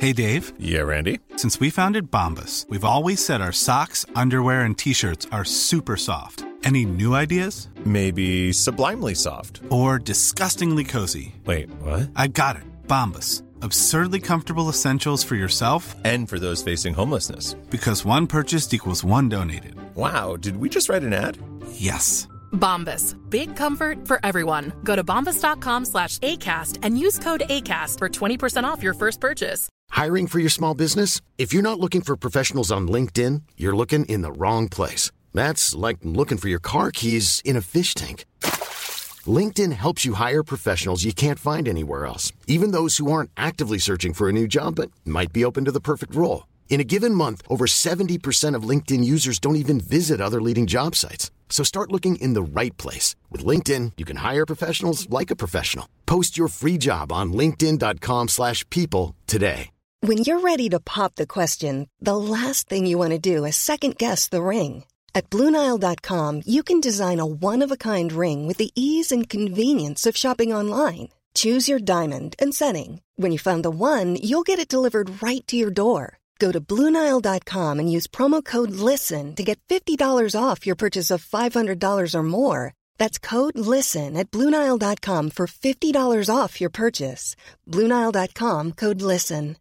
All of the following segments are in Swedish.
Hey, Dave. Yeah, Randy. Since we founded Bombas, we've always said our socks, underwear, and T-shirts are super soft. Any new ideas? Maybe sublimely soft. Or disgustingly cozy. Wait, what? I got it. Bombas. Absurdly comfortable essentials for yourself And for those facing homelessness. Because one purchased equals one donated. Wow, did we just write an ad? Yes. Bombas. Big comfort for everyone. Go to bombas.com/ACAST and use code ACAST for 20% off your first purchase. Hiring for your small business? If you're not looking for professionals on LinkedIn, you're looking in the wrong place. That's like looking for your car keys in a fish tank. LinkedIn helps you hire professionals you can't find anywhere else, even those who aren't actively searching for a new job but might be open to the perfect role. In a given month, over 70% of LinkedIn users don't even visit other leading job sites. So start looking in the right place. With LinkedIn, you can hire professionals like a professional. Post your free job on linkedin.com/people today. When you're ready to pop the question, the last thing you want to do is second-guess the ring. At BlueNile.com, you can design a one-of-a-kind ring with the ease and convenience of shopping online. Choose your diamond and setting. When you find the one, you'll get it delivered right to your door. Go to BlueNile.com and use promo code LISTEN to get $50 off your purchase of $500 or more. That's code LISTEN at BlueNile.com for $50 off your purchase. BlueNile.com, code LISTEN.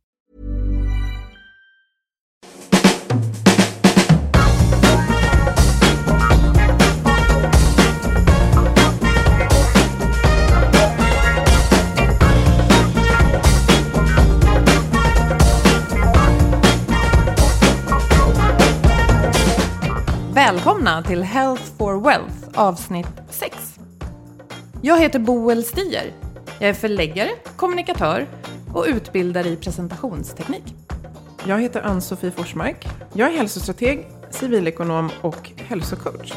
Välkomna till Health for Wealth, avsnitt 6. Jag heter Boel Stier. Jag är förläggare, kommunikatör och utbildare i presentationsteknik. Jag heter Ann-Sofie Forsmark. Jag är hälsostrateg, civilekonom och hälsocoach.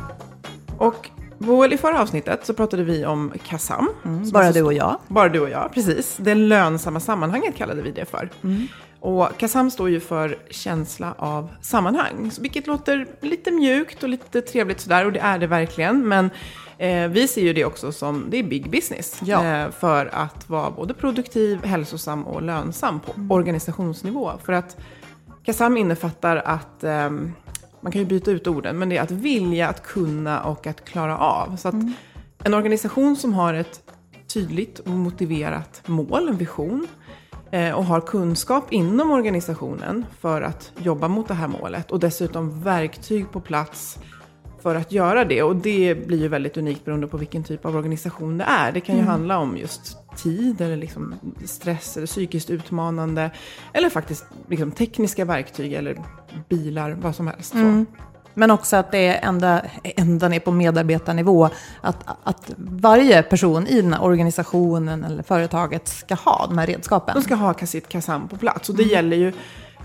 Och Boel, i förra avsnittet så pratade vi om KASAM. Bara du och jag. Bara du och jag, precis. Det lönsamma sammanhanget kallade vi det för. Och KASAM står ju för känsla av sammanhang. Vilket låter lite mjukt och lite trevligt sådär. Och det är det verkligen. Men vi ser ju det också som det är big business. Ja. För att vara både produktiv, hälsosam och lönsam på organisationsnivå. För att KASAM innefattar att man kan ju byta ut orden. Men det är att vilja, att kunna och att klara av. Så att en organisation som har ett tydligt och motiverat mål, en vision. Och har kunskap inom organisationen för att jobba mot det här målet. Och dessutom verktyg på plats för att göra det. Och det blir ju väldigt unikt beroende på vilken typ av organisation det är. Det kan ju handla om just tid eller liksom stress eller psykiskt utmanande. Eller faktiskt liksom tekniska verktyg eller bilar, vad som helst. Så. Men också att det är ända ner på medarbetarnivå. Att varje person i den här organisationen eller företaget ska ha de här redskapen. De ska ha sitt KASAM på plats. Och det gäller ju,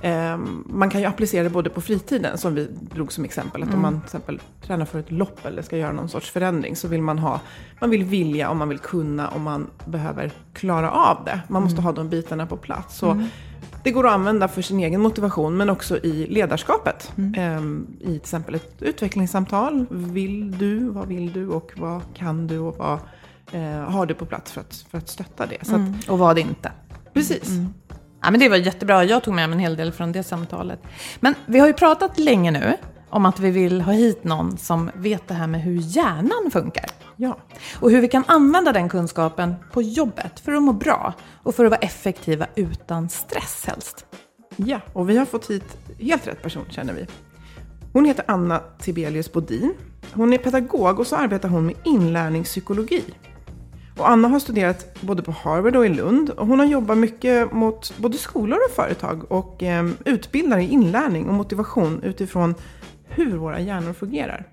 man kan ju applicera det både på fritiden som vi drog som exempel. Att om man till exempel tränar för ett lopp eller ska göra någon sorts förändring så vill man vill vilja och man vill kunna och man behöver klara av det. Man måste ha de bitarna på plats. Så det går att använda för sin egen motivation men också i ledarskapet. I till exempel ett utvecklingssamtal. Vad vill du och vad kan du och vad har du på plats för att stötta det. Så att, och vad inte. Precis. Ja, men det var jättebra. Jag tog med mig en hel del från det samtalet. Men vi har ju pratat länge nu om att vi vill ha hit någon som vet det här med hur hjärnan funkar. Ja. Och hur vi kan använda den kunskapen på jobbet för att må bra och för att vara effektiva utan stress helst. Ja, och vi har fått hit helt rätt person känner vi. Hon heter Anna Tibelius Bodin. Hon är pedagog och så arbetar hon med inlärningspsykologi. Och Anna har studerat både på Harvard och i Lund. Och hon har jobbat mycket mot både skolor och företag och utbildar i inlärning och motivation utifrån hur våra hjärnor fungerar.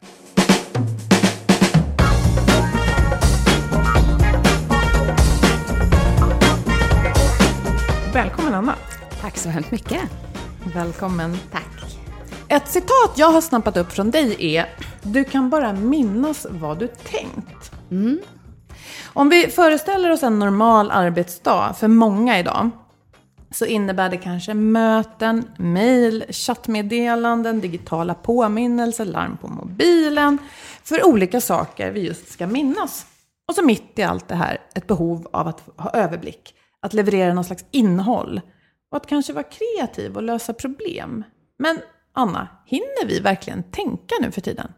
Välkommen Anna. Tack så hemskt mycket. Välkommen. Tack. Ett citat jag har snappat upp från dig är: du kan bara minnas vad du tänkt. Om vi föreställer oss en normal arbetsdag för många idag så innebär det kanske möten, mejl, chattmeddelanden, digitala påminnelser, larm på mobilen för olika saker vi just ska minnas. Och så mitt i allt det här ett behov av att ha överblick, att leverera någon slags innehåll och att kanske vara kreativ och lösa problem. Men Anna, hinner vi verkligen tänka nu för tiden?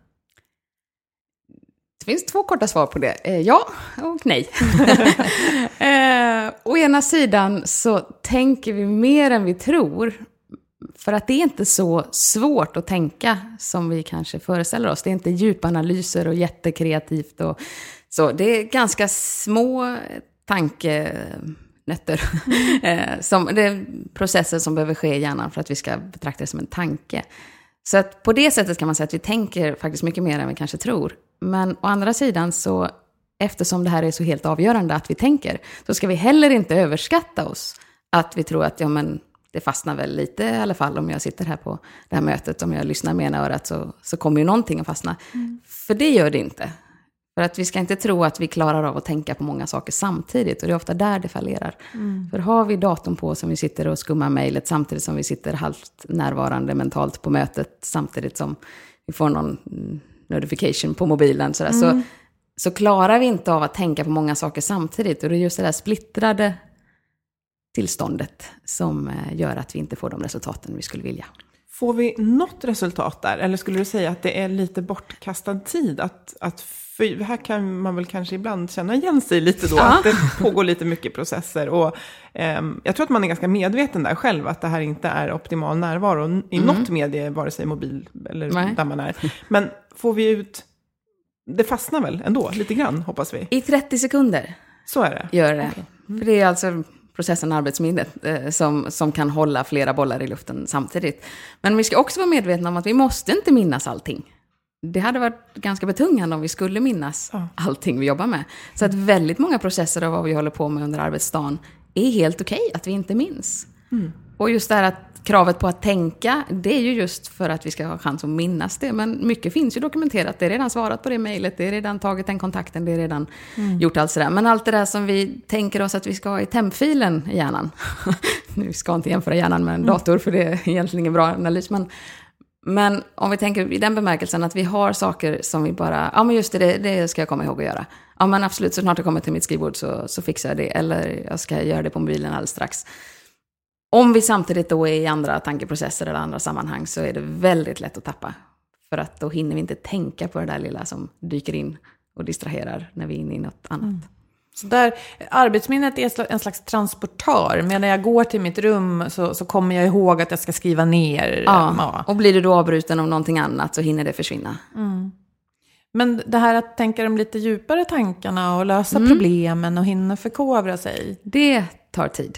Det finns 2 korta svar på det. Ja och nej. Å ena sidan så tänker vi mer än vi tror. För att det är inte så svårt att tänka som vi kanske föreställer oss. Det är inte djupanalyser och jättekreativt. Och så. Det är ganska små tankenötter. Det är processer som behöver ske i hjärnan för att vi ska betrakta det som en tanke. Så att på det sättet kan man säga att vi tänker faktiskt mycket mer än vi kanske tror. Men å andra sidan så, eftersom det här är så helt avgörande att vi tänker, så ska vi heller inte överskatta oss. Att vi tror att det fastnar väl lite i alla fall om jag sitter här på det här mötet. Om jag lyssnar med ena örat så kommer ju någonting att fastna. För det gör det inte. För att vi ska inte tro att vi klarar av att tänka på många saker samtidigt. Och det är ofta där det fallerar. För har vi datorn på som vi sitter och skummar mejlet samtidigt som vi sitter halvt närvarande mentalt på mötet. Samtidigt som vi får någon notification på mobilen. Så klarar vi inte av att tänka på många saker samtidigt. Och det är just det där splittrade tillståndet som gör att vi inte får de resultaten vi skulle vilja. Får vi något resultat där? Eller skulle du säga att det är lite bortkastad tid? För här kan man väl kanske ibland känna igen sig lite då. Att det pågår lite mycket processer. Och jag tror att man är ganska medveten där själv. Att det här inte är optimal närvaro i något medie, vare sig mobil eller där man är. Men får vi ut... Det fastnar väl ändå lite grann, hoppas vi. I 30 sekunder. Så är det. Gör det. Okay. För det är alltså processen arbetsminnet som kan hålla flera bollar i luften samtidigt. Men vi ska också vara medvetna om att vi måste inte minnas allting. Det hade varit ganska betungande om vi skulle minnas allting vi jobbar med. Så att väldigt många processer av vad vi håller på med under arbetsdagen är helt okej att vi inte minns. Och just det här att kravet på att tänka, det är ju just för att vi ska ha chans att minnas det. Men mycket finns ju dokumenterat. Det är redan svarat på det mejlet, det är redan tagit den kontakten, det är redan gjort allt sådär. Men allt det där som vi tänker oss att vi ska ha i tempfilen i hjärnan. Nu ska inte jämföra hjärnan med en dator för det är egentligen ingen bra analys. Men om vi tänker i den bemärkelsen att vi har saker som vi bara, ja men just det ska jag komma ihåg att göra. Ja men absolut, så snart jag kommer till mitt skrivbord så fixar jag det. Eller jag ska göra det på mobilen alldeles strax. Om vi samtidigt då är i andra tankeprocesser eller andra sammanhang så är det väldigt lätt att tappa. För att då hinner vi inte tänka på det där lilla som dyker in och distraherar när vi är inne i något annat. Så där, arbetsminnet är en slags transportör. Men när jag går till mitt rum så kommer jag ihåg att jag ska skriva ner. Ja. Och blir du då avbruten av någonting annat så hinner det försvinna. Men det här att tänka de lite djupare tankarna och lösa problemen och hinna förkovra sig. Det tar tid.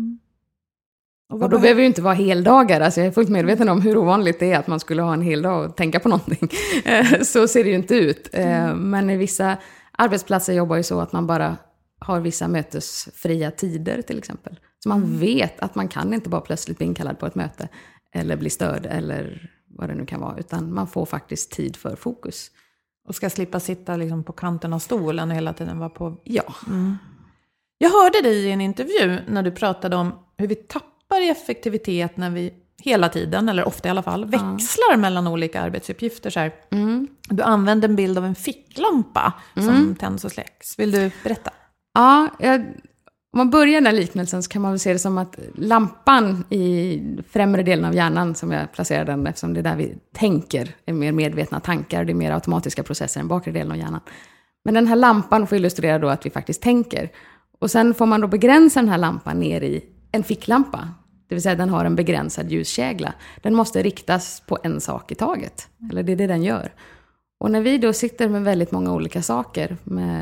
Och då behöver ju inte vara heldagar. Alltså jag är fullt medveten om hur ovanligt det är att man skulle ha en hel dag och tänka på någonting. Så ser det ju inte ut. Men i vissa arbetsplatser jobbar ju så att man bara har vissa mötesfria tider till exempel. Så man vet att man kan inte bara plötsligt bli inkallad på ett möte eller bli störd eller vad det nu kan vara. Utan man får faktiskt tid för fokus. Och ska slippa sitta liksom på kanten av stolen och hela tiden vara på... Ja. Jag hörde dig i en intervju när du pratade om hur vi tappar i effektivitet när vi hela tiden, eller ofta i alla fall, växlar mellan olika arbetsuppgifter. Så här. Du använde en bild av en ficklampa som tänds och släcks. Vill du berätta? Ja, om man börjar den liknelsen så kan man väl se det som att lampan i främre delen av hjärnan, som jag placerar den eftersom det är där vi tänker, är mer medvetna tankar, det är mer automatiska processer än bakre delen av hjärnan. Men den här lampan får illustrera då att vi faktiskt tänker. Och sen får man då begränsa den här lampan ner i en ficklampa. Det vill säga den har en begränsad ljuskägla. Den måste riktas på en sak i taget. Eller det är det den gör. Och när vi då sitter med väldigt många olika saker.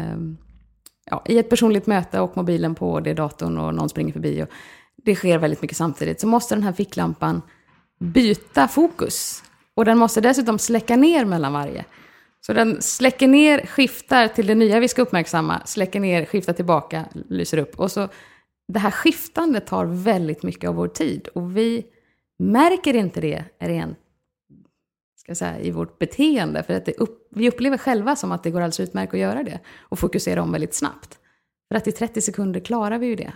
I ett personligt möte och mobilen på, det är datorn och någon springer förbi. Och det sker väldigt mycket samtidigt. Så måste den här ficklampan byta fokus. Och den måste dessutom släcka ner mellan varje. Så den släcker ner, skiftar till det nya vi ska uppmärksamma. Släcker ner, skiftar tillbaka, lyser upp. Och så det här skiftandet tar väldigt mycket av vår tid. Och vi märker inte det rent i vårt beteende. För att vi upplever själva som att det går alldeles utmärkt att göra det. Och fokusera om väldigt snabbt. För att i 30 sekunder klarar vi ju det.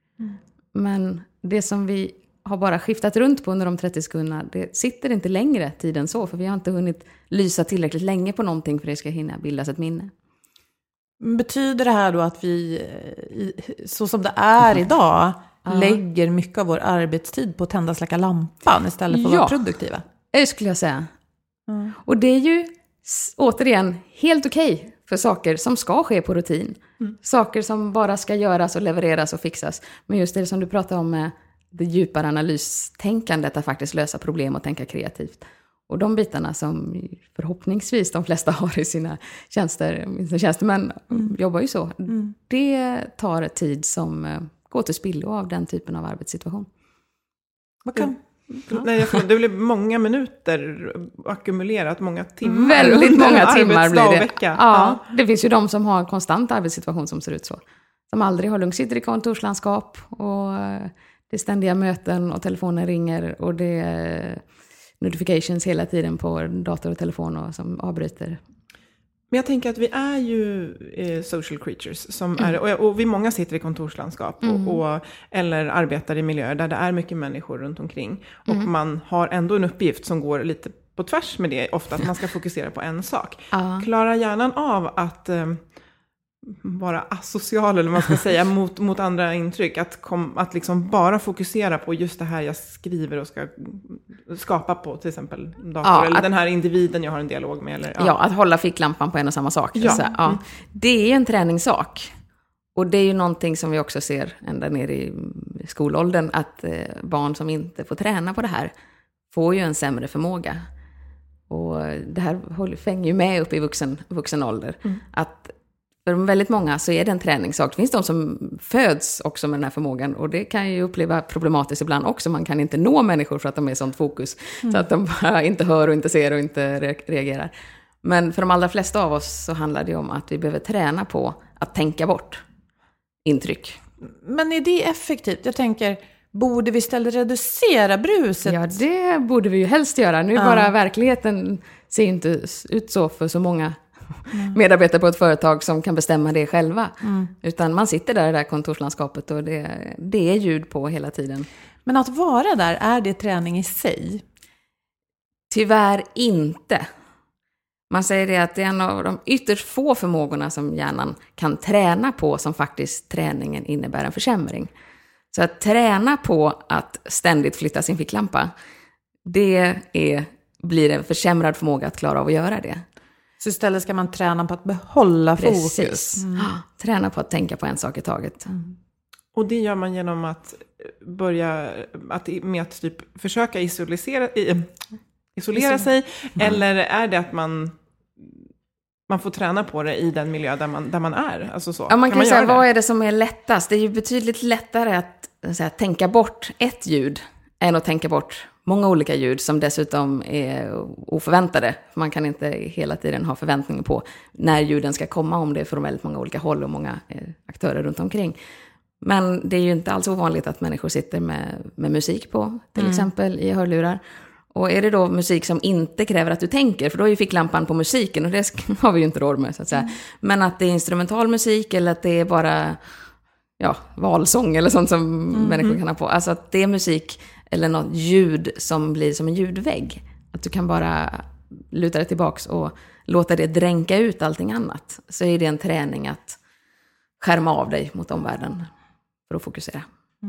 Men det som vi har bara skiftat runt på under de 30 sekunderna, det sitter inte längre tiden så. För vi har inte hunnit lysa tillräckligt länge på någonting för att det ska hinna bildas ett minne. Betyder det här då att vi, så som det är idag, lägger mycket av vår arbetstid på att tända och släcka lampan istället för att vara produktiva. Det skulle jag säga. Och det är ju återigen helt okej för saker som ska ske på rutin. Saker som bara ska göras och levereras och fixas. Men just det som du pratar om med det djupare analystänkandet, att faktiskt lösa problem och tänka kreativt. Och de bitarna som förhoppningsvis de flesta har i sina tjänstemän jobbar ju så. Det tar tid som går till spillo av den typen av arbetssituation. Det blir många minuter ackumulerat, många timmar. Väldigt många timmar blir det. Vecka. Ja, det finns ju de som har en konstant arbetssituation som ser ut så. Som aldrig har lugnt, sitter i kontorslandskap och det är ständiga möten och telefonen ringer och det är notifications hela tiden på dator och telefon och som avbryter. Men jag tänker att vi är ju social creatures som är, och vi många sitter i kontorslandskap eller arbetar i miljöer där det är mycket människor runt omkring. Och man har ändå en uppgift som går lite på tvärs med det, ofta att man ska fokusera på en sak. Klarar hjärnan av att vara asocial, eller man ska säga, mot andra intryck, att liksom bara fokusera på just det här jag skriver och ska skapa på, till exempel dator, eller den här individen jag har en dialog med, eller att hålla ficklampan på en och samma sak. Det är en träningssak, och det är ju någonting som vi också ser ända ner i skolåldern, att barn som inte får träna på det här får ju en sämre förmåga. Och det här fänger ju med upp i vuxen ålder, att för väldigt många så är det en träningssak. Det finns de som föds också med den här förmågan, och det kan ju uppleva problematiskt ibland också. Man kan inte nå människor för att de är i sånt fokus, så att de bara inte hör och inte ser och inte reagerar. Men för de allra flesta av oss så handlar det om att vi behöver träna på att tänka bort intryck. Men är det effektivt? Jag tänker, borde vi istället reducera bruset? Ja, det borde vi ju helst göra. Nu bara verkligheten ser inte ut så för så många medarbetare på ett företag som kan bestämma det själva. Utan man sitter där i det där kontorslandskapet och det är ljud på hela tiden. Men att vara där, är det träning i sig? Tyvärr inte. Man säger det att det är en av de ytterst få förmågorna som hjärnan kan träna på, som faktiskt träningen innebär en försämring. Så att träna på att ständigt flytta sin ficklampa, blir en försämrad förmåga att klara av att göra det. Så istället ska man träna på att behålla fokus. Precis. Träna på att tänka på en sak i taget. Och det gör man genom att börja med att typ försöka isolera sig. Eller är det att man får träna på det i den miljö där man är? Alltså så. Ja, man kan säga, vad är det som är lättast? Det är ju betydligt lättare att tänka bort ett ljud än att tänka bort många olika ljud som dessutom är oförväntade. Man kan inte hela tiden ha förväntningar på när ljuden ska komma, om det är från väldigt många olika håll och många aktörer runt omkring. Men det är ju inte alls ovanligt att människor sitter med musik på, till exempel i hörlurar. Och är det då musik som inte kräver att du tänker, för då är ju ficklampan på musiken och det har vi ju inte råd med, så att säga. Men att det är instrumental musik eller att det är bara valsång eller sånt som människor kan ha på. Alltså att det är musik eller något ljud som blir som en ljudvägg. Att du kan bara luta dig tillbaks och låta det dränka ut allting annat. Så är det en träning att skärma av dig mot omvärlden för att fokusera.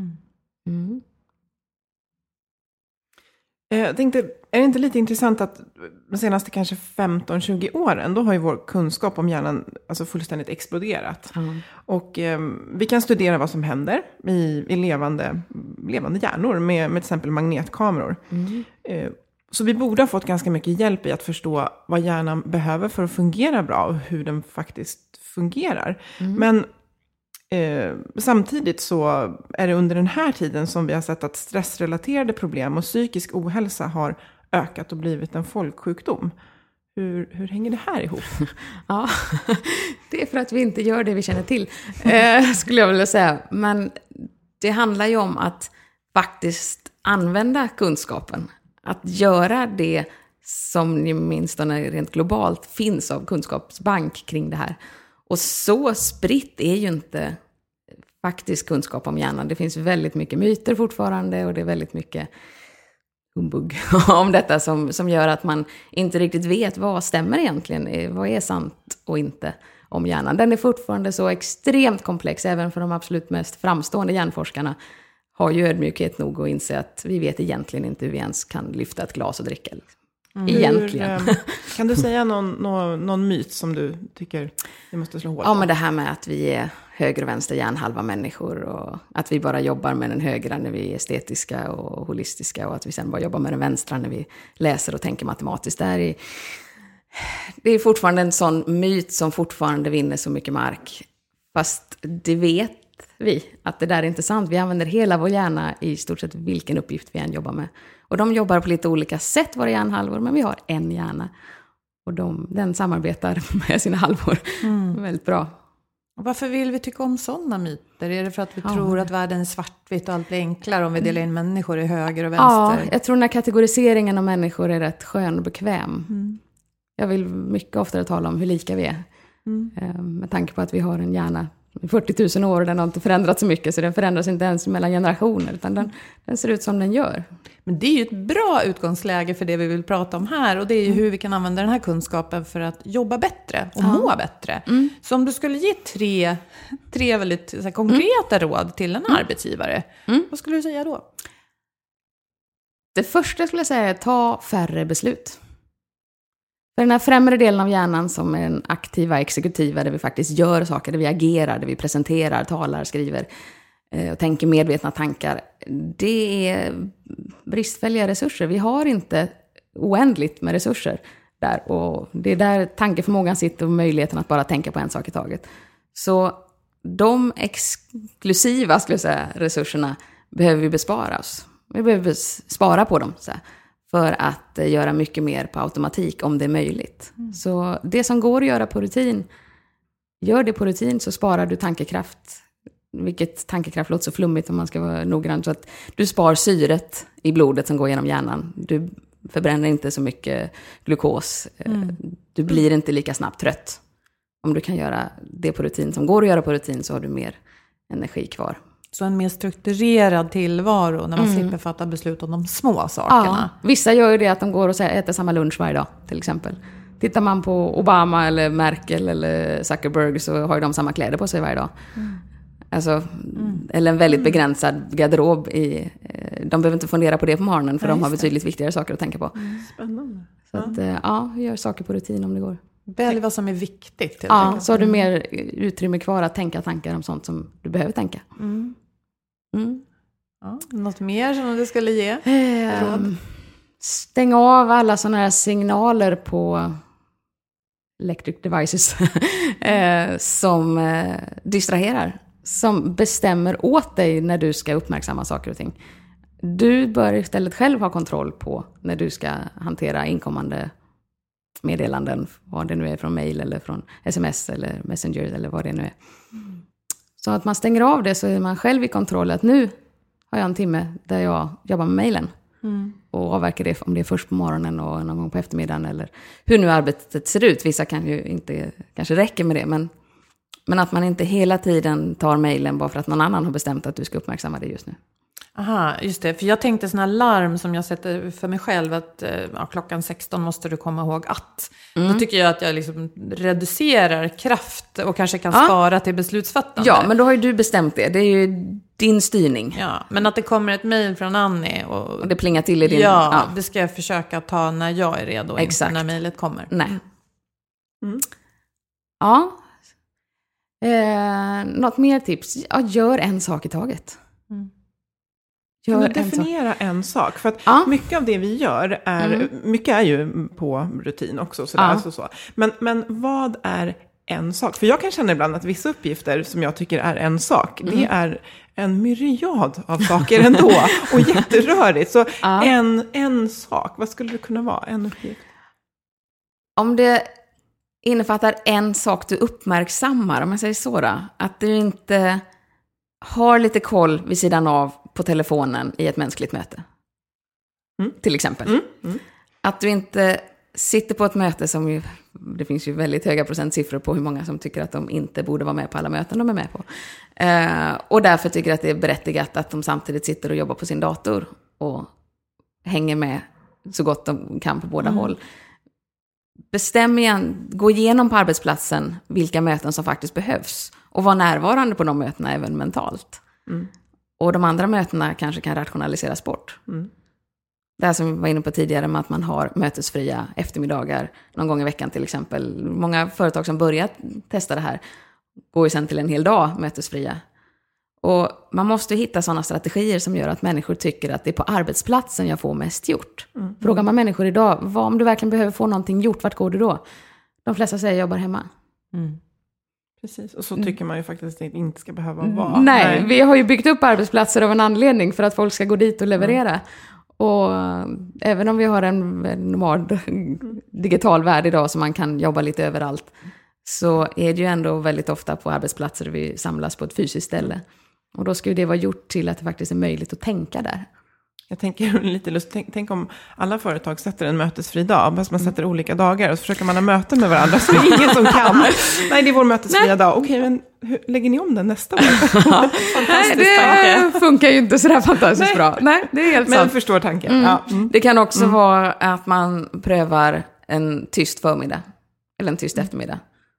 Jag tänkte, är det inte lite intressant att de senaste kanske 15-20 åren, då har ju vår kunskap om hjärnan alltså fullständigt exploderat. Och vi kan studera vad som händer i levande hjärnor med till exempel magnetkameror. Så vi borde ha fått ganska mycket hjälp i att förstå vad hjärnan behöver för att fungera bra och hur den faktiskt fungerar. Men samtidigt så är det under den här tiden som vi har sett att stressrelaterade problem och psykisk ohälsa har ökat och blivit en folksjukdom. Hur hänger det här ihop? Ja, det är för att vi inte gör det vi känner till, skulle jag vilja säga. Men det handlar ju om att faktiskt använda kunskapen. Att göra det som åtminstone rent globalt finns av kunskapsbank kring det här. Och så spritt är ju inte faktisk kunskap om hjärnan. Det finns väldigt mycket myter fortfarande och det är väldigt mycket humbug om detta som gör att man inte riktigt vet vad stämmer egentligen. Vad är sant och inte om hjärnan. Den är fortfarande så extremt komplex, även för de absolut mest framstående hjärnforskarna har ju ödmjukhet nog att inse att vi vet egentligen inte hur vi ens kan lyfta ett glas och dricka. Egentligen. Kan du säga någon myt som du tycker vi måste slå hål på? Ja, men det här med att vi är höger- och vänster hjärnhalva människor och att vi bara jobbar med den högra när vi är estetiska och holistiska och att vi sen bara jobbar med den vänstra när vi läser och tänker matematiskt. Det är fortfarande en sån myt som fortfarande vinner så mycket mark. Fast det vet vi att det där är inte sant. Vi använder hela vår hjärna i stort sett vilken uppgift vi än jobbar med. Och de jobbar på lite olika sätt, våra hjärnhalvor, men vi har en hjärna. Och den samarbetar med sina halvor väldigt bra. Och varför vill vi tycka om sådana myter? Är det för att vi tror att världen är svartvitt och allt blir enklare om vi delar in människor i höger och vänster? Ja, jag tror den här kategoriseringen av människor är rätt skön och bekväm. Jag vill mycket oftare tala om hur lika vi är. Med tanke på att vi har en hjärna i 40 000 år och den har inte förändrats så mycket, så den förändras inte ens mellan generationer, utan den ser ut som den gör. Men det är ju ett bra utgångsläge för det vi vill prata om här, och det är ju hur vi kan använda den här kunskapen för att jobba bättre och må bättre. Så om du skulle ge tre väldigt så här, konkreta råd till en arbetsgivare, vad skulle du säga då? Det första skulle jag säga är ta färre beslut. För den här främre delen av hjärnan som är den aktiva, exekutiva, där vi faktiskt gör saker, där vi agerar, där vi presenterar, talar, skriver och tänker medvetna tankar. Det är bristfälliga resurser. Vi har inte oändligt med resurser där. Och det är där tankeförmågan sitter och möjligheten att bara tänka på en sak i taget. Så de exklusiva, skulle jag säga, resurserna behöver vi bespara oss. Vi behöver spara på dem så här, för att göra mycket mer på automatik om det är möjligt. Så det som går att göra på rutin, gör det på rutin så sparar du tankekraft. Vilket tankekraft låter så flummigt om man ska vara noggrann. Så att du spar syret i blodet som går genom hjärnan. Du förbränner inte så mycket glukos. Du blir inte lika snabbt trött. Om du kan göra det på rutin som går att göra på rutin, så har du mer energi kvar. Så en mer strukturerad tillvaro när man slipper fatta beslut om de små sakerna. Ja, vissa gör ju det att de går och äter samma lunch varje dag, till exempel. Tittar man på Obama eller Merkel eller Zuckerberg, så har ju de samma kläder på sig varje dag. Alltså, eller en väldigt begränsad garderob. De behöver inte fundera på det på morgonen, för de har betydligt viktigare saker att tänka på. Spännande. Så att, gör saker på rutin om det går. Välj vad som är viktigt. Ja, så har du mer utrymme kvar att tänka tankar om sånt som du behöver tänka. Ja, något mer som du skulle ge? Stäng av alla sådana här signaler på electric devices som distraherar. Som bestämmer åt dig när du ska uppmärksamma saker och ting. Du bör istället själv ha kontroll på när du ska hantera inkommande meddelanden, vad det nu är, från mail eller från sms eller messenger eller vad det nu är. Så att man stänger av det, så är man själv i kontroll att nu har jag en timme där jag jobbar med mailen. Och avverkar det om det är först på morgonen och någon gång på eftermiddagen eller hur nu arbetet ser ut. Vissa kan ju inte, kanske räcker med det, men att man inte hela tiden tar mailen bara för att någon annan har bestämt att du ska uppmärksamma det just nu. Aha, just det. För jag tänkte såna larm som jag sätter för mig själv att klockan 16 måste du komma ihåg att. Då tycker jag att jag liksom reducerar kraft och kanske kan spara till beslutsfattande. Ja, men då har ju du bestämt det. Det är ju din styrning. Ja, men att det kommer ett mejl från Annie och det plingar till i din... Ja, det ska jag försöka ta när jag är redo. Exakt. Inte när mejlet kommer. Nej. Ja. Något mer tips? Ja, gör en sak i taget. Kan du definiera en sak? För att mycket av det vi gör är, mycket är ju på rutin också. Sådär, alltså så. Men vad är en sak? För jag kan känna ibland att vissa uppgifter som jag tycker är en sak, det är en myriad av saker ändå. Och jätterörigt. Så en sak, vad skulle det kunna vara? En uppgift? Om det innefattar en sak du uppmärksammar, om jag säger så då, att du inte har lite koll vid sidan av på telefonen i ett mänskligt möte. Till exempel. Att du inte sitter på ett möte som ju, det finns ju väldigt höga procentsiffror på hur många som tycker att de inte borde vara med på alla möten de är med på. Och därför tycker att det är berättigat att de samtidigt sitter och jobbar på sin dator och hänger med så gott de kan på båda håll. Bestäm igen, gå igenom på arbetsplatsen vilka möten som faktiskt behövs och var närvarande på de mötena även mentalt. Och de andra mötena kanske kan rationaliseras bort. Det här som vi var inne på tidigare med att man har mötesfria eftermiddagar någon gång i veckan till exempel. Många företag som börjat testa det här går ju sen till en hel dag mötesfria. Och man måste hitta sådana strategier som gör att människor tycker att det är på arbetsplatsen jag får mest gjort. Frågar man människor idag, om du verkligen behöver få någonting gjort, vart går du då? De flesta säger jobbar hemma. Precis, och så tycker man ju faktiskt att det inte ska behöva vara. Nej, vi har ju byggt upp arbetsplatser av en anledning för att folk ska gå dit och leverera. Och även om vi har en normal digital värld idag som man kan jobba lite överallt, så är det ju ändå väldigt ofta på arbetsplatser där vi samlas på ett fysiskt ställe. Och då ska ju det vara gjort till att det faktiskt är möjligt att tänka där. Jag tänker lite tänk om alla företag sätter en mötesfri dag, fast man sätter olika dagar och så försöker man ha möten med varandra så det är ingen som kan. Nej, det är vår mötesfria dag. Okej, men lägger ni om den nästa år? Nej, det funkar ju inte sådär fantastiskt bra. Nej, det är helt sant. Men jag förstår tanken. Ja. Det kan också vara att man prövar en tyst förmiddag eller en tyst eftermiddag.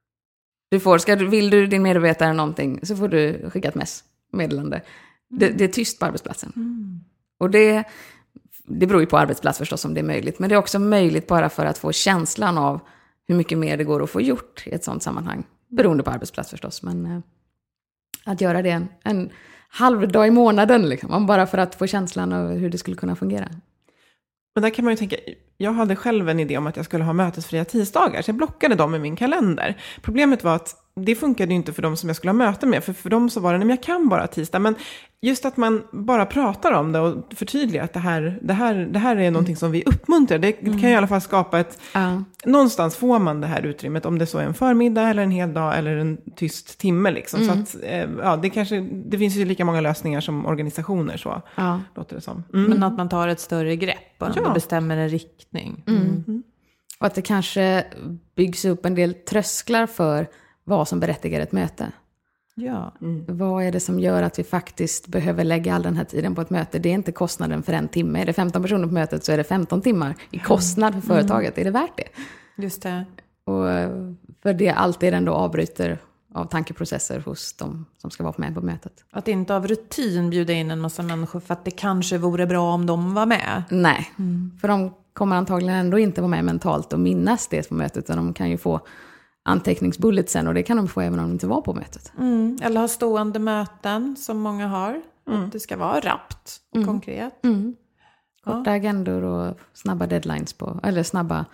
Vill du din medarbetare någonting så får du skicka ett meddelande. Det är tyst på arbetsplatsen. Och det beror ju på arbetsplats förstås om det är möjligt. Men det är också möjligt bara för att få känslan av hur mycket mer det går att få gjort i ett sådant sammanhang. Beroende på arbetsplats förstås. Men att göra det en halv dag i månaden liksom, bara för att få känslan av hur det skulle kunna fungera. Men där kan man ju tänka, jag hade själv en idé om att jag skulle ha mötesfria tisdagar. Så jag blockade dem i min kalender. Problemet var att det funkade ju inte för dem som jag skulle ha möte med. För dem så var det, men jag kan bara tisdag. Men just att man bara pratar om det och förtydligar att det här är någonting som vi uppmuntrar. Det kan ju i alla fall skapa ett... Någonstans får man det här utrymmet, om det så är en förmiddag eller en hel dag eller en tyst timme liksom. Så att, det finns ju lika många lösningar som organisationer så, låter det som. Men att man tar ett större grepp och bestämmer en riktning. Och att det kanske byggs upp en del trösklar för vad som berättigar ett möte. Ja. Vad är det som gör att vi faktiskt behöver lägga all den här tiden på ett möte? Det är inte kostnaden för en timme. Är det 15 personer på mötet så är det 15 timmar i kostnad för företaget. Är det värt det? Just det. Och för det alltid ändå avbryter av tankeprocesser hos de som ska vara med på mötet. Att inte av rutin bjuda in en massa människor för att det kanske vore bra om de var med. Nej, för de kommer antagligen ändå inte vara med mentalt och minnas det på mötet. Utan de kan ju få anteckningsbullet sen, och det kan de få även om de inte var på mötet. Eller ha stående möten som många har. Att det ska vara rappt och konkret. Korta agendor och snabba deadlines eller snabba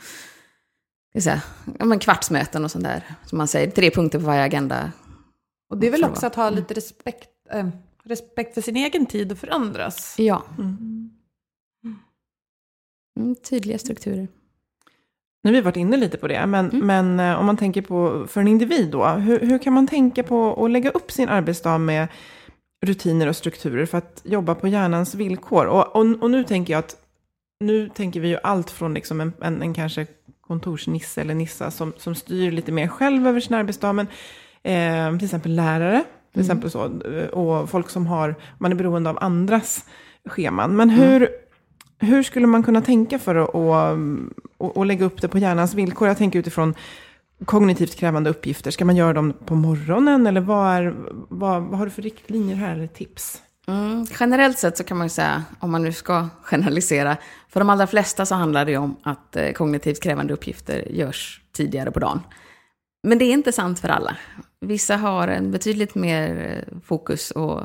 kvartsmöten och sånt där. Som man säger, 3 punkter på varje agenda. Och det är väl också att ha lite respekt för sin egen tid och för andras. Ja. Tydliga strukturer. Nu har vi varit inne lite på det, men om man tänker på för en individ då, hur kan man tänka på att lägga upp sin arbetsdag med rutiner och strukturer för att jobba på hjärnans villkor? Och nu tänker jag att nu tänker vi ju allt från liksom en kanske kontorsnisse eller nissa som styr lite mer själv över sin arbetsdag, men till exempel lärare, till exempel så, och folk som man är beroende av andras scheman. Men hur skulle man kunna tänka för att lägga upp det på hjärnans villkor? Jag tänker utifrån kognitivt krävande uppgifter. Ska man göra dem på morgonen? Eller vad har du för riktlinjer här eller tips? Generellt sett så kan man ju säga, om man nu ska generalisera, för de allra flesta så handlar det om att kognitivt krävande uppgifter görs tidigare på dagen. Men det är inte sant för alla. Vissa har en betydligt mer fokus och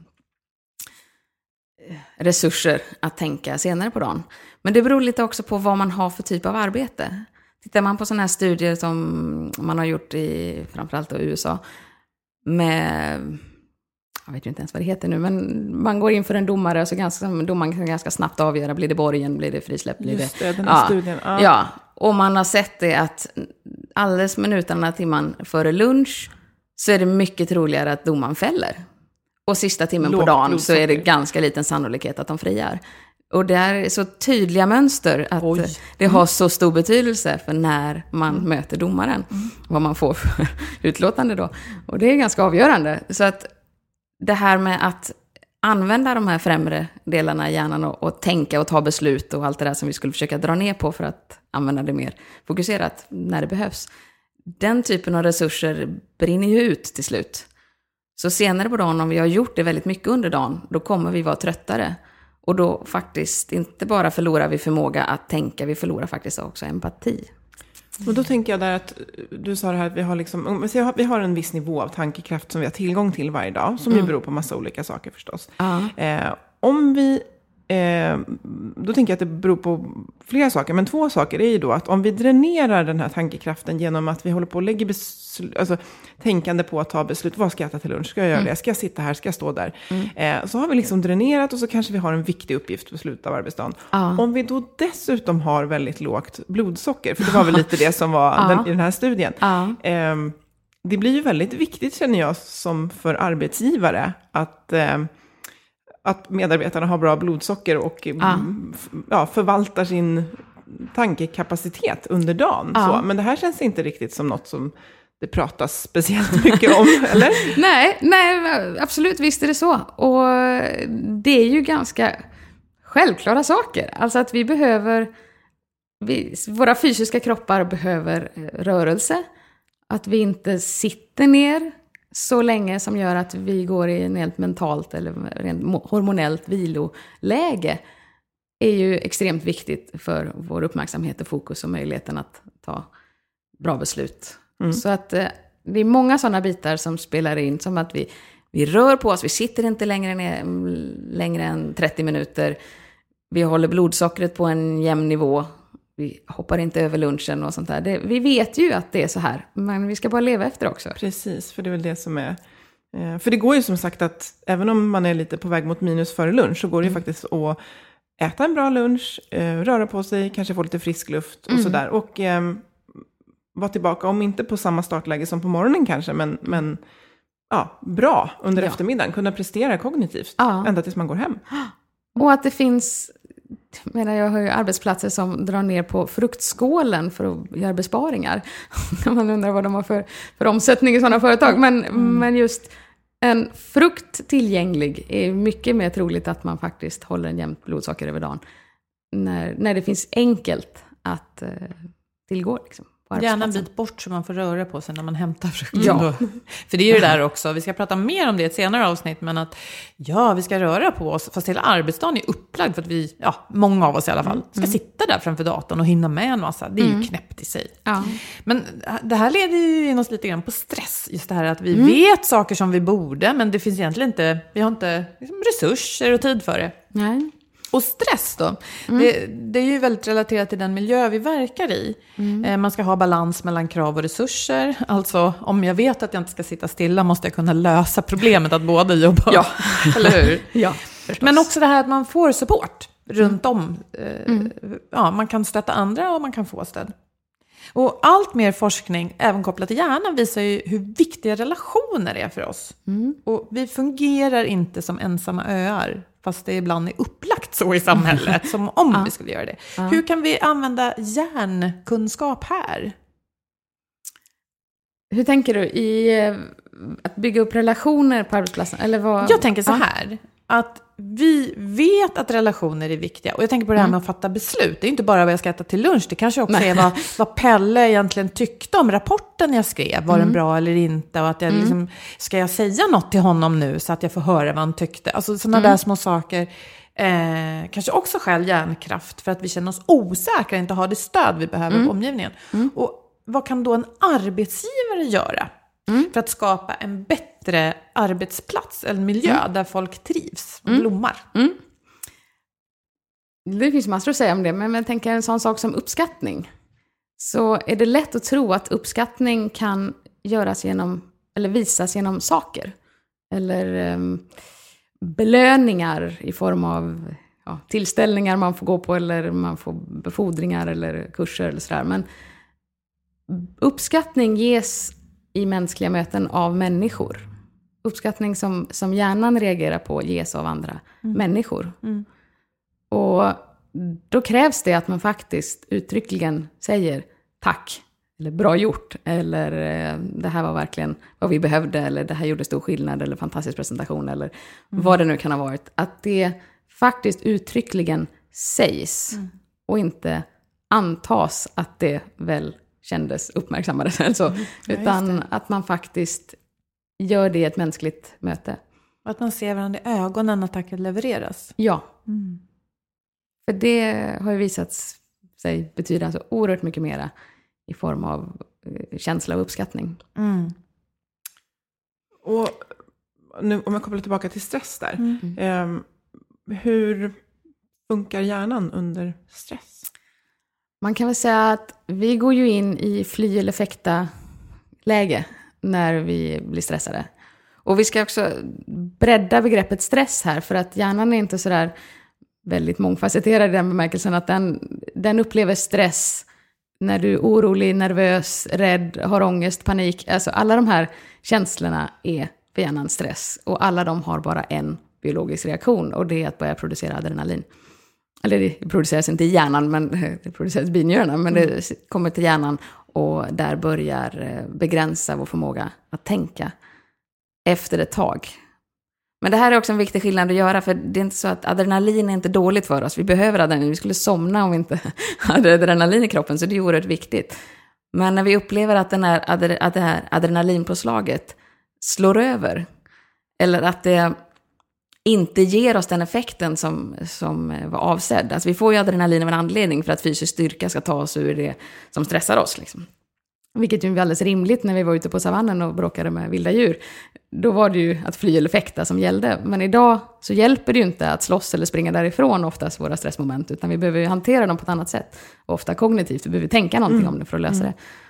resurser att tänka senare på dagen. Men det beror lite också på vad man har för typ av arbete. Tittar man på sådana här studier som man har gjort i framförallt i USA med, jag vet ju inte ens vad det heter nu, men man går in för en domare och så domaren kan ganska snabbt avgöra, blir det borgen, blir det frisläpp, blir just det, den här studien. Ja, och man har sett det att alldeles minuterna, timman före lunch så är det mycket troligare att domaren fäller. Och sista timmen på dagen så är det ganska liten sannolikhet att de friar. Och det är så tydliga mönster att det har så stor betydelse för när man möter domaren. Vad man får för utlåtande då. Och det är ganska avgörande. Så att det här med att använda de här främre delarna i hjärnan och tänka och ta beslut och allt det där som vi skulle försöka dra ner på för att använda det mer fokuserat när det behövs. Den typen av resurser brinner ju ut till slut. Så senare på dagen, om vi har gjort det väldigt mycket under dagen, då kommer vi vara tröttare. Och då faktiskt inte bara förlorar vi förmåga att tänka, vi förlorar faktiskt också empati. Och då tänker jag där att du sa det här att vi har en viss nivå av tankekraft som vi har tillgång till varje dag. Som ju beror på massa olika saker förstås. Då tänker jag att det beror på flera saker. Men 2 saker är ju då att om vi dränerar den här tankekraften genom att vi håller på och lägger tänkande på att ta beslut. Vad ska jag äta till lunch? Ska jag göra det? Ska jag sitta här? Ska jag stå där? Så har vi liksom dränerat och så kanske vi har en viktig uppgift på slutet av arbetsdagen. Om vi då dessutom har väldigt lågt blodsocker, för det var väl lite det som var i den här studien. Det blir ju väldigt viktigt, känner jag, som för arbetsgivare att medarbetarna har bra blodsocker och förvaltar sin tankekapacitet under dagen. Så. Men det här känns inte riktigt som något som det pratas speciellt mycket om, eller? Nej, absolut, visst är det så. Och det är ju ganska självklara saker. Alltså att våra fysiska kroppar behöver rörelse. Att vi inte sitter ner så länge som gör att vi går i en helt mentalt eller rent hormonellt viloläge är ju extremt viktigt för vår uppmärksamhet och fokus och möjligheten att ta bra beslut. Så att det är många sådana bitar som spelar in, som att vi rör på oss, vi sitter inte längre än 30 minuter, vi håller blodsockret på en jämn nivå, vi hoppar inte över lunchen och sånt där. Vi vet ju att det är så här, men vi ska bara leva efter också. Precis, för det är väl det som är... För det går ju som sagt att även om man är lite på väg mot minus före lunch så går det ju faktiskt att äta en bra lunch, röra på sig, kanske få lite frisk luft och sådär. Och vara tillbaka, om inte på samma startläge som på morgonen kanske, men bra under eftermiddagen. Kunna prestera kognitivt ända tills man går hem. Och att det finns... Jag har ju arbetsplatser som drar ner på fruktskålen för att göra besparingar. Man undrar vad de har för omsättning i sådana företag. Men just en frukt tillgänglig är mycket mer troligt att man faktiskt håller en jämnt blodsocker över dagen. När det finns enkelt att tillgå liksom. Gärna en bit bort så man får röra på sig när man hämtar frukten. Ja. För det är ju det där också. Vi ska prata mer om det i ett senare avsnitt. Men att vi ska röra på oss. Fast hela arbetsdagen är upplagd för att vi, många av oss i alla fall, ska sitta där framför datorn och hinna med en massa. Det är ju knäppt i sig. Ja. Men det här leder ju in oss lite grann på stress. Just det här att vi vet saker som vi borde. Men det finns egentligen inte, vi har inte liksom resurser och tid för det. Nej. Och stress då, det är ju väldigt relaterat till den miljö vi verkar i. Man ska ha balans mellan krav och resurser. Alltså om jag vet att jag inte ska sitta stilla måste jag kunna lösa problemet att båda jobba. Ja, eller hur? Ja, men också det här att man får support runt om. Man kan stötta andra och man kan få stöd. Och allt mer forskning, även kopplat till hjärnan, visar ju hur viktiga relationer är för oss. Och vi fungerar inte som ensamma öar, fast det ibland är upplagt så i samhället, som om vi skulle göra det. Hur kan vi använda hjärnkunskap här? Hur tänker du i att bygga upp relationer på arbetsplatsen? Eller vad? Jag tänker så här, att vi vet att relationer är viktiga. Och jag tänker på det här med att fatta beslut. Det är inte bara vad jag ska äta till lunch. Det kanske också är vad Pelle egentligen tyckte om rapporten jag skrev. Var den bra eller inte? Och att jag liksom, ska jag säga något till honom nu så att jag får höra vad han tyckte? Alltså sådana där små saker. Kanske också skäl hjärnkraft. För att vi känner oss osäkra. Inte har det stöd vi behöver på omgivningen. Och vad kan då en arbetsgivare göra? För att skapa en bättre arbetsplats, en miljö där folk trivs och blommar. Det finns massor att säga om det, men jag tänker en sån sak som uppskattning. Så är det lätt att tro att uppskattning kan göras eller visas genom saker. Eller belöningar i form av tillställningar man får gå på, eller man får befordringar eller kurser eller sådär. Men uppskattning ges i mänskliga möten av människor. Uppskattning som hjärnan reagerar på ges av andra människor. Och då krävs det att man faktiskt uttryckligen säger tack, eller bra gjort, eller det här var verkligen vad vi behövde, eller det här gjorde stor skillnad, eller fantastisk presentation, eller vad det nu kan ha varit. Att det faktiskt uttryckligen sägs och inte antas att det väl kändes uppmärksammades eller så. Utan att man faktiskt gör det ett mänskligt möte. Att man ser varandra i ögonen när tacket levereras. Ja. För det har ju visat sig betyda så oerhört mycket mera i form av känsla och uppskattning. Och nu, om jag kopplar tillbaka till stress där. Hur funkar hjärnan under stress? Man kan väl säga att vi går ju in i fly- eller fäkta-läge när vi blir stressade. Och vi ska också bredda begreppet stress här, för att hjärnan är inte sådär väldigt mångfacetterad i den bemärkelsen att den upplever stress när du är orolig, nervös, rädd, har ångest, panik. Alltså alla de här känslorna är för hjärnan stress. Och alla de har bara en biologisk reaktion, och det är att börja producera adrenalin. Eller det produceras inte i hjärnan, men det produceras i binjurarna, men det kommer till hjärnan och där börjar begränsa vår förmåga att tänka efter ett tag. Men det här är också en viktig skillnad att göra, för det är inte så att adrenalin är inte dåligt för oss. Vi behöver adrenalin, vi skulle somna om vi inte hade adrenalin i kroppen, så det är oerhört viktigt. Men när vi upplever att det här adrenalinpåslaget slår över, eller att det inte ger oss den effekten som var avsedd. Alltså vi får ju adrenalin av en anledning, för att fysisk styrka ska ta oss ur det som stressar oss. Liksom. Vilket ju är alldeles rimligt när vi var ute på savannen och bråkade med vilda djur. Då var det ju att fly eller fäkta som gällde. Men idag så hjälper det ju inte att slåss eller springa därifrån oftast våra stressmoment. Utan vi behöver ju hantera dem på ett annat sätt. Ofta kognitivt, vi behöver tänka någonting om det för att lösa det.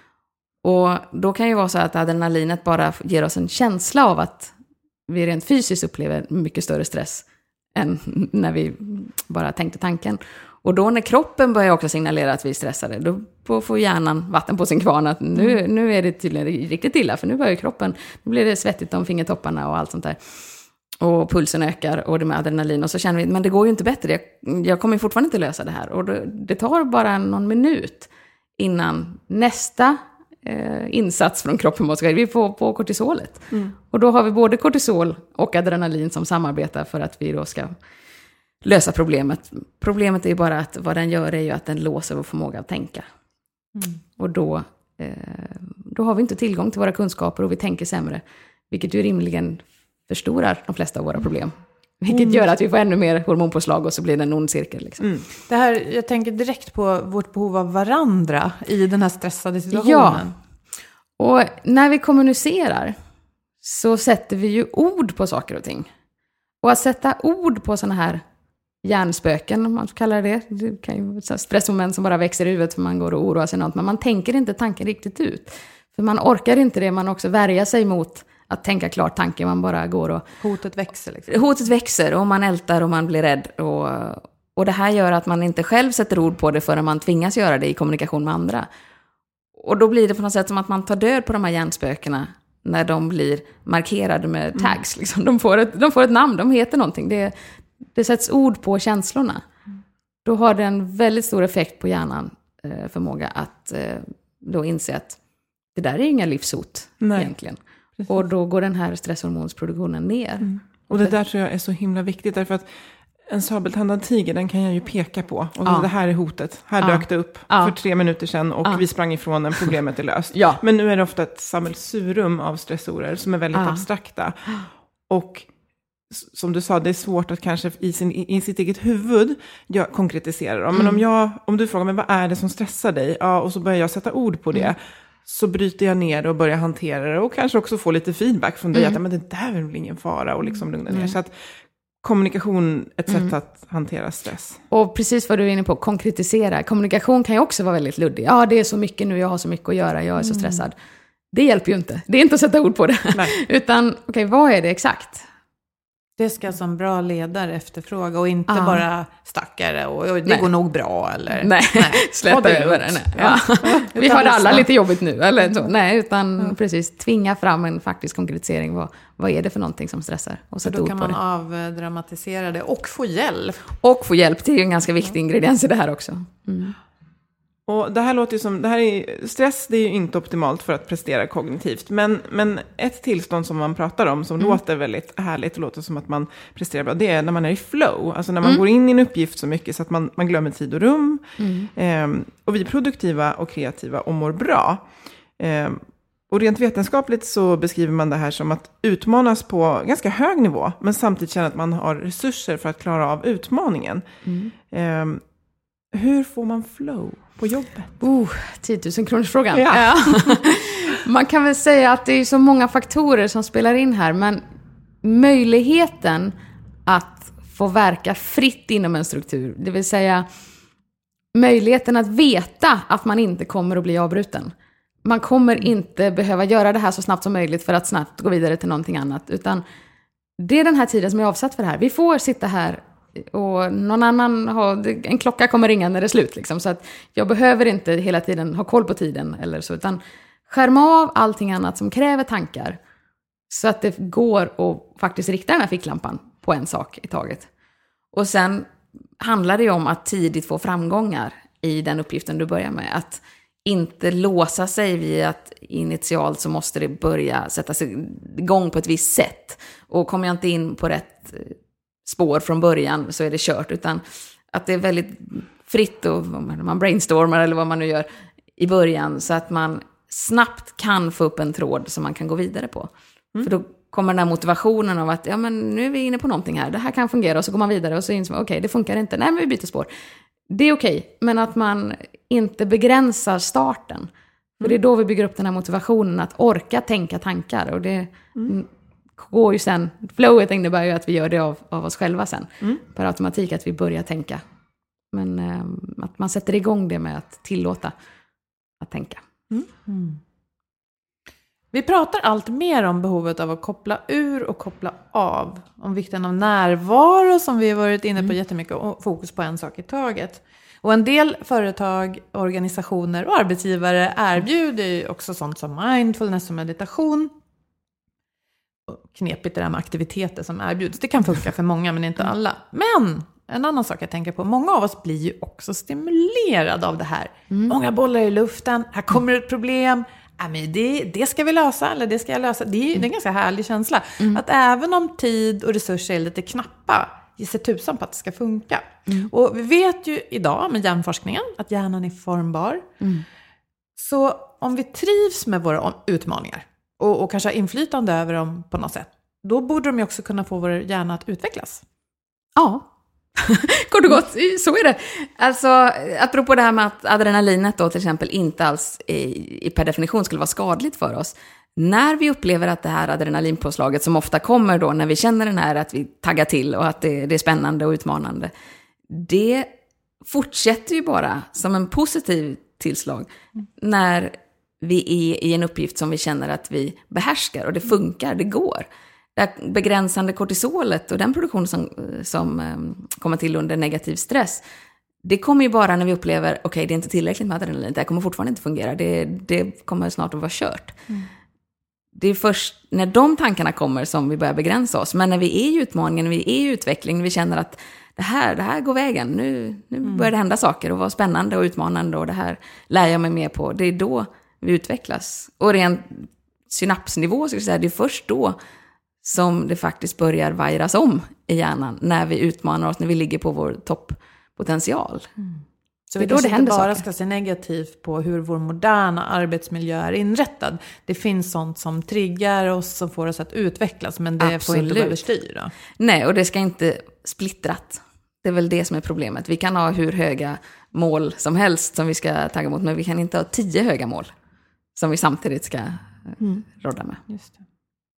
Och då kan ju vara så att adrenalinet bara ger oss en känsla av att vi rent fysiskt upplever mycket större stress än när vi bara tänkte tanken. Och då när kroppen börjar också signalera att vi är stressade, då får hjärnan vatten på sin kvarn att nu är det tydligen riktigt illa, för nu börjar kroppen, nu blir det svettigt om fingertopparna och allt sånt där. Och pulsen ökar och det med adrenalin, och så känner vi, men det går ju inte bättre, jag kommer fortfarande inte lösa det här. Och det tar bara någon minut innan nästa insats från kroppen måste vi får på kortisolet. Och då har vi både kortisol och adrenalin som samarbetar för att vi då ska lösa problemet. Problemet är ju bara att vad den gör är ju att den låser vår förmåga att tänka. Och då har vi inte tillgång till våra kunskaper och vi tänker sämre. Vilket ju rimligen förstorar de flesta av våra problem. Vilket gör att vi får ännu mer hormonpåslag och så blir det en ond cirkel. Liksom. Det här, jag tänker direkt på vårt behov av varandra i den här stressade situationen. Ja, och när vi kommunicerar så sätter vi ju ord på saker och ting. Och att sätta ord på såna här hjärnspöken, om man kallar det kan ju vara stressmoment som bara växer i huvudet för man går och oroar sig något, men man tänker inte tanken riktigt ut. För man orkar inte det, man också värja sig mot att tänka klart tanken, man bara går och... Hotet växer liksom. Hotet växer och man ältar och man blir rädd. Och det här gör att man inte själv sätter ord på det förrän man tvingas göra det i kommunikation med andra. Och då blir det på något sätt som att man tar död på de här hjärnspökena när de blir markerade med tags. Liksom. De får ett namn, de heter någonting. Det sätts ord på känslorna. Då har det en väldigt stor effekt på hjärnan, förmåga att då inse att det där är inga livshot egentligen. Precis. Och då går den här stresshormonsproduktionen ner. Och det där tror jag är så himla viktigt, därför att en sabeltandad tiger, den kan jag ju peka på. Och det här är hotet. Här dök det upp för 3 minuter sedan och vi sprang ifrån den, problemet är löst. Men nu är det ofta ett sammelsurium av stressorer som är väldigt abstrakta. Och som du sa, det är svårt att kanske i sitt eget huvud konkretisera dem. Men om du frågar mig, vad är det som stressar dig? Ja, och så börjar jag sätta ord på det. Så bryter jag ner och börjar hantera det. Och kanske också få lite feedback från dig. Att men det där är väl ingen fara. Och liksom lugna ner. Så att kommunikation är ett sätt att hantera stress. Och precis vad du är inne på, konkretisera. Kommunikation kan ju också vara väldigt luddig. Ja, det är så mycket nu, jag har så mycket att göra, jag är så stressad. Det hjälper ju inte. Det är inte att sätta ord på det. Utan, okej, vad är det exakt? Det ska som bra ledare efterfråga och inte bara stackare och det går nog bra eller... Nej. Släta över det. Vi har alla lite jobbigt nu eller så. Nej, utan precis tvinga fram en faktisk konkretisering. Vad är det för någonting som stressar? Och så då kan man avdramatisera det och få hjälp. Och få hjälp, det är ju en ganska viktig ingrediens i det här också. Och det här låter ju som, stress, det är ju inte optimalt för att prestera kognitivt. Men ett tillstånd som man pratar om som låter väldigt härligt och låter som att man presterar bra, det är när man är i flow. Alltså när man går in i en uppgift så mycket så att man glömmer tid och rum. Och vi är produktiva och kreativa och mår bra. Och rent vetenskapligt så beskriver man det här som att utmanas på ganska hög nivå, men samtidigt känna att man har resurser för att klara av utmaningen. Hur får man flow på jobbet? 10 000 kronors frågan. Ja. Man kan väl säga att det är så många faktorer som spelar in här, men möjligheten att få verka fritt inom en struktur, det vill säga möjligheten att veta att man inte kommer att bli avbruten. Man kommer inte behöva göra det här så snabbt som möjligt för att snabbt gå vidare till någonting annat, utan det är den här tiden som är avsatt för det här. Vi får sitta här och någon annan en klocka kommer ringa när det är slut liksom, så att jag behöver inte hela tiden ha koll på tiden eller så, utan skärma av allting annat som kräver tankar så att det går att faktiskt rikta den här ficklampan på en sak i taget. Och sen handlar det ju om att tidigt få framgångar i den uppgiften du börjar med, att inte låsa sig vid att initialt så måste det börja sätta sig igång på ett visst sätt. Och kommer jag inte in på rätt spår från början så är det kört. Utan att det är väldigt fritt och man brainstormar eller vad man nu gör i början. Så att man snabbt kan få upp en tråd som man kan gå vidare på. För då kommer den här motivationen av att men nu är vi inne på någonting här. Det här kan fungera, och så går man vidare och så inser man okej, det funkar inte. Nej, men vi byter spår. Det är okej, men att man inte begränsar starten. För det är då vi bygger upp den här motivationen att orka tänka tankar. Och det går ju sen, flowet innebär ju att vi gör det av oss själva sen. Per automatik att vi börjar tänka. Men att man sätter igång det med att tillåta att tänka. Vi pratar allt mer om behovet av att koppla ur och koppla av. Om vikten av närvaro som vi har varit inne på jättemycket, och fokus på en sak i taget. Och en del företag, organisationer och arbetsgivare erbjuder ju också sånt som mindfulness och meditation. Knepigt det där med aktiviteter som erbjuds. Det kan funka för många men inte alla. Men en annan sak jag tänker på, många av oss blir ju också stimulerade av det här. Många bollar i luften, här kommer ett problem. Men det ska vi lösa, eller det ska jag lösa. Det är en ganska härlig känsla. Att även om tid och resurser är lite knappa, ge sig tusan på att det ska funka. Och vi vet ju idag med hjärnforskningen att hjärnan är formbar. Så om vi trivs med våra utmaningar och kanske har inflytande över dem på något sätt, då borde de ju också kunna få vår hjärna att utvecklas. Ja. Kort och gott, så är det. Alltså, apropå det här med att adrenalinet då till exempel inte alls per definition skulle vara skadligt för oss. När vi upplever att det här adrenalinpåslaget som ofta kommer då när vi känner den här att vi taggar till och att det är spännande och utmanande, det fortsätter ju bara som en positiv tillslag när vi är i en uppgift som vi känner att vi behärskar och det funkar, det går. Det här begränsande kortisolet och den produktion som kommer till under negativ stress, det kommer ju bara när vi upplever okej, det är inte tillräckligt med adrenalin, det här kommer fortfarande inte fungera, det kommer snart att vara kört. Det är först när de tankarna kommer som vi börjar begränsa oss. Men när vi är i utmaningen, när vi är i utveckling, när vi känner att det här går vägen, nu börjar det hända saker och vara spännande och utmanande och det här lär jag mig mer på, det är då vi utvecklas. Och rent synapsnivå så ska jag säga, det är först då som det faktiskt börjar vajras om i hjärnan när vi utmanar oss, när vi ligger på vår topppotential. Så vi kanske inte bara ska se negativt på hur vår moderna arbetsmiljö är inrättad. Det finns sånt som triggar oss, som får oss att utvecklas, men det får inte överstyra. Nej, och det ska inte splittrat. Det är väl det som är problemet. Vi kan ha hur höga mål som helst som vi ska tagga mot, men vi kan inte ha 10 höga mål som vi samtidigt ska rodda med. Just det.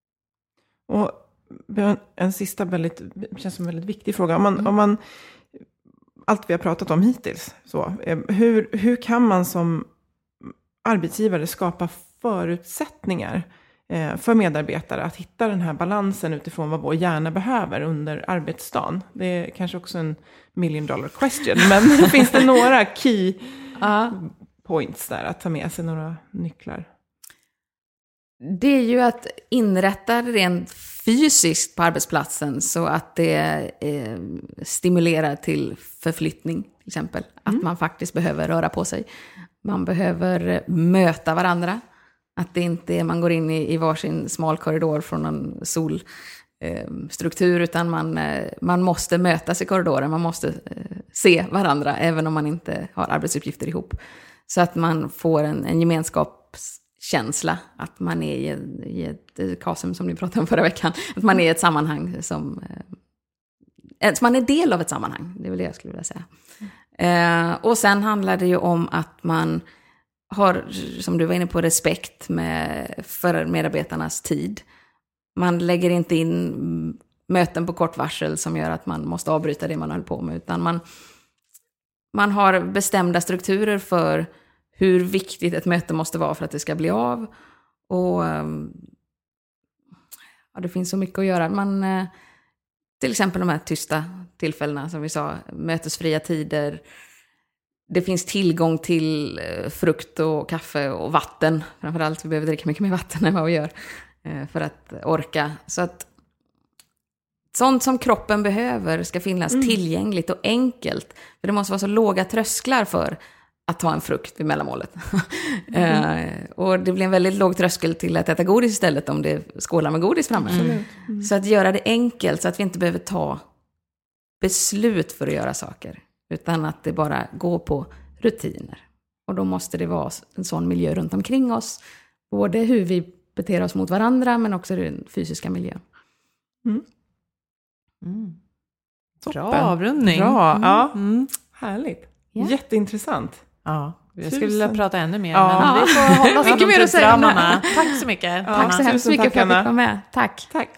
Och en sista känns som väldigt viktig fråga. Om man allt vi har pratat om hittills, så hur kan man som arbetsgivare skapa förutsättningar för medarbetare att hitta den här balansen utifrån vad vår hjärna behöver under arbetsdagen? Det är kanske också en $1 million question, men finns det några key points där att ta med sig, några nycklar? Det är ju att inrätta rent fysiskt på arbetsplatsen så att det stimulerar till förflyttning till exempel. Att man faktiskt behöver röra på sig. Man behöver möta varandra. Att det inte är man går in i varsin smal korridor från en solstruktur, utan man måste mötas i korridoren. Man måste se varandra även om man inte har arbetsuppgifter ihop. Så att man får en gemenskapskänsla känsla. Att man är i ett kasum som ni pratade om förra veckan. Att man är i ett sammanhang som man är del av ett sammanhang. Det är väl det jag skulle vilja säga. Och sen handlar det ju om att man har, som du var inne på, respekt för medarbetarnas tid. Man lägger inte in möten på kort varsel som gör att man måste avbryta det man håller på med. Utan man har bestämda strukturer för hur viktigt ett möte måste vara för att det ska bli av. Och det finns så mycket att göra. Till exempel de här tysta tillfällena som vi sa, mötesfria tider. Det finns tillgång till frukt och kaffe och vatten. Framförallt vi behöver dricka mycket mer vatten än vad vi gör för att orka. Så att sånt som kroppen behöver ska finnas tillgängligt och enkelt. För det måste vara så låga trösklar för att ta en frukt vid mellanmålet. Och det blir en väldigt låg tröskel till att äta godis istället om det skålar med godis framme. Så att göra det enkelt så att vi inte behöver ta beslut för att göra saker. Utan att det bara går på rutiner. Och då måste det vara en sån miljö runt omkring oss. Både hur vi beter oss mot varandra men också den fysiska miljön. Bra avrundning. Bra, ja. Härligt. Ja. Jätteintressant. Ja, jag skulle vilja prata ännu mer, Ja. men vi får hålla oss Mycket mer att säga. tidsramarna. Tack så mycket. Tack så hemskt tusen mycket tack, för att Anna. du kom med. Tack. Tack.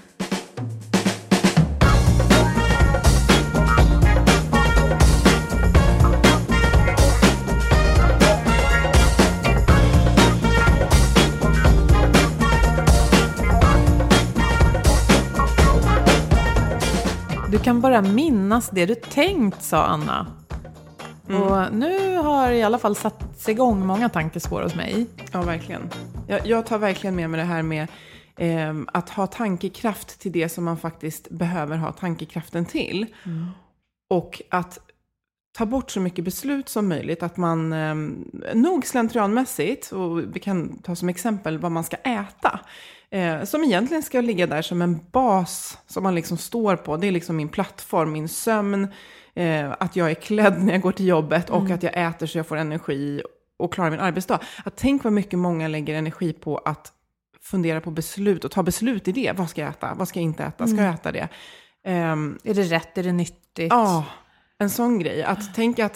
Du kan bara minnas det du tänkt, sa Anna. Och nu har i alla fall satt igång många tankespår hos mig. Ja, verkligen. Jag tar verkligen med mig det här med att ha tankekraft till det som man faktiskt behöver ha tankekraften till. Och att ta bort så mycket beslut som möjligt. Att man nog slentrianmässigt, och vi kan ta som exempel vad man ska äta. Som egentligen ska ligga där som en bas som man liksom står på. Det är liksom min plattform, min sömn. Att jag är klädd när jag går till jobbet och att jag äter så jag får energi och klarar min arbetsdag. Att tänk vad mycket många lägger energi på att fundera på beslut och ta beslut i det. Vad ska jag äta? Vad ska jag inte äta? Ska jag äta det? Är det rätt? Är det nyttigt? Ja, en sån grej. Att tänka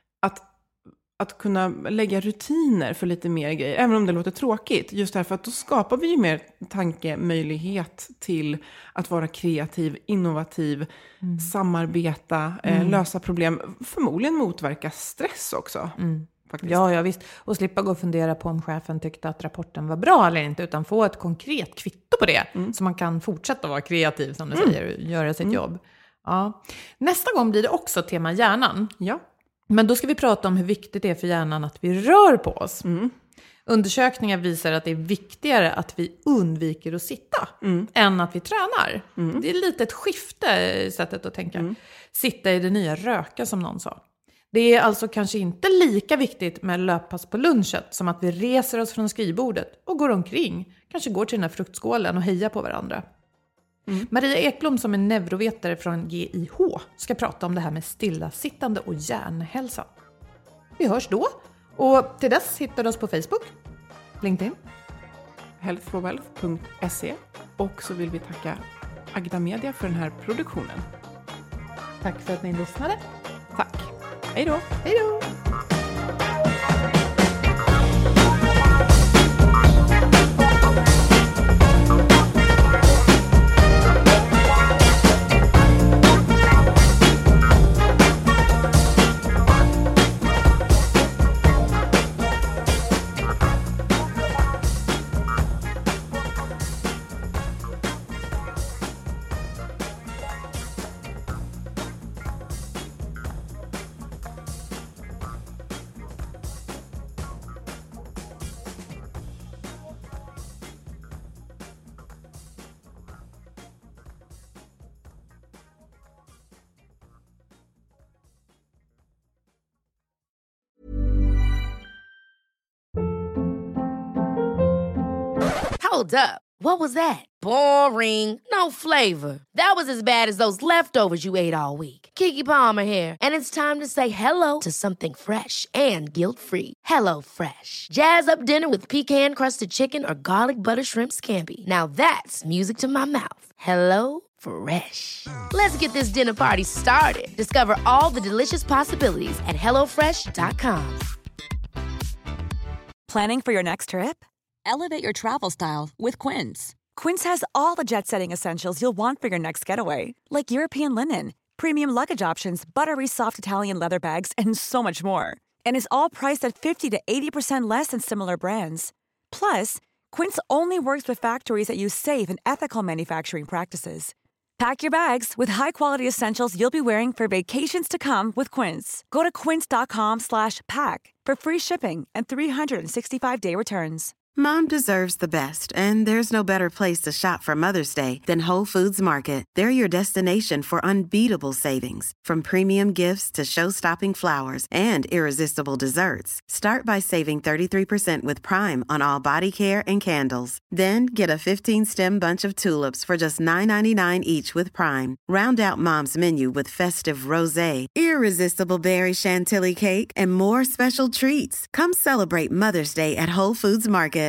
att kunna lägga rutiner för lite mer grejer, även om det låter tråkigt. Just därför att då skapar vi ju mer tankemöjlighet till att vara kreativ, innovativ, samarbeta, lösa problem. Förmodligen motverka stress också. Faktiskt. Ja, visst. Och slippa gå och fundera på om chefen tyckte att rapporten var bra eller inte, utan få ett konkret kvitto på det. Så man kan fortsätta vara kreativ, som du säger, och göra sitt jobb. Ja. Nästa gång blir det också tema hjärnan. Ja. Men då ska vi prata om hur viktigt det är för hjärnan att vi rör på oss. Undersökningar visar att det är viktigare att vi undviker att sitta än att vi tränar. Det är lite ett skifte i sättet att tänka. Sitta i det nya röka, som någon sa. Det är alltså kanske inte lika viktigt med löppass på lunchen som att vi reser oss från skrivbordet och går omkring. Kanske går till den här fruktskålen och hejar på varandra. Maria Ekblom, som är neurovetare från GIH, ska prata om det här med stillasittande och hjärnhälsa. Vi hörs då. Och till dess hittar du oss på Facebook, LinkedIn, healthforwealth.se. Och så vill vi tacka Agda Media för den här produktionen. Tack för att ni lyssnade. Tack. Hej då. Hej då! Hold up. What was that? Boring. No flavor. That was as bad as those leftovers you ate all week. Keke Palmer here, and it's time to say hello to something fresh and guilt-free. Hello Fresh. Jazz up dinner with pecan-crusted chicken or garlic butter shrimp scampi. Now that's music to my mouth. Hello Fresh. Let's get this dinner party started. Discover all the delicious possibilities at hellofresh.com. Planning for your next trip? Elevate your travel style with Quince. Quince has all the jet-setting essentials you'll want for your next getaway, like European linen, premium luggage options, buttery soft Italian leather bags, and so much more. And is all priced at 50 to 80% less than similar brands. Plus, Quince only works with factories that use safe and ethical manufacturing practices. Pack your bags with high-quality essentials you'll be wearing for vacations to come with Quince. Go to quince.com/pack for free shipping and 365-day returns. Mom deserves the best, and there's no better place to shop for Mother's Day than Whole Foods Market. They're your destination for unbeatable savings, from premium gifts to show-stopping flowers and irresistible desserts. Start by saving 33% with Prime on all body care and candles. Then get a 15-stem bunch of tulips for just $9.99 each with Prime. Round out Mom's menu with festive rosé, irresistible berry chantilly cake, and more special treats. Come celebrate Mother's Day at Whole Foods Market.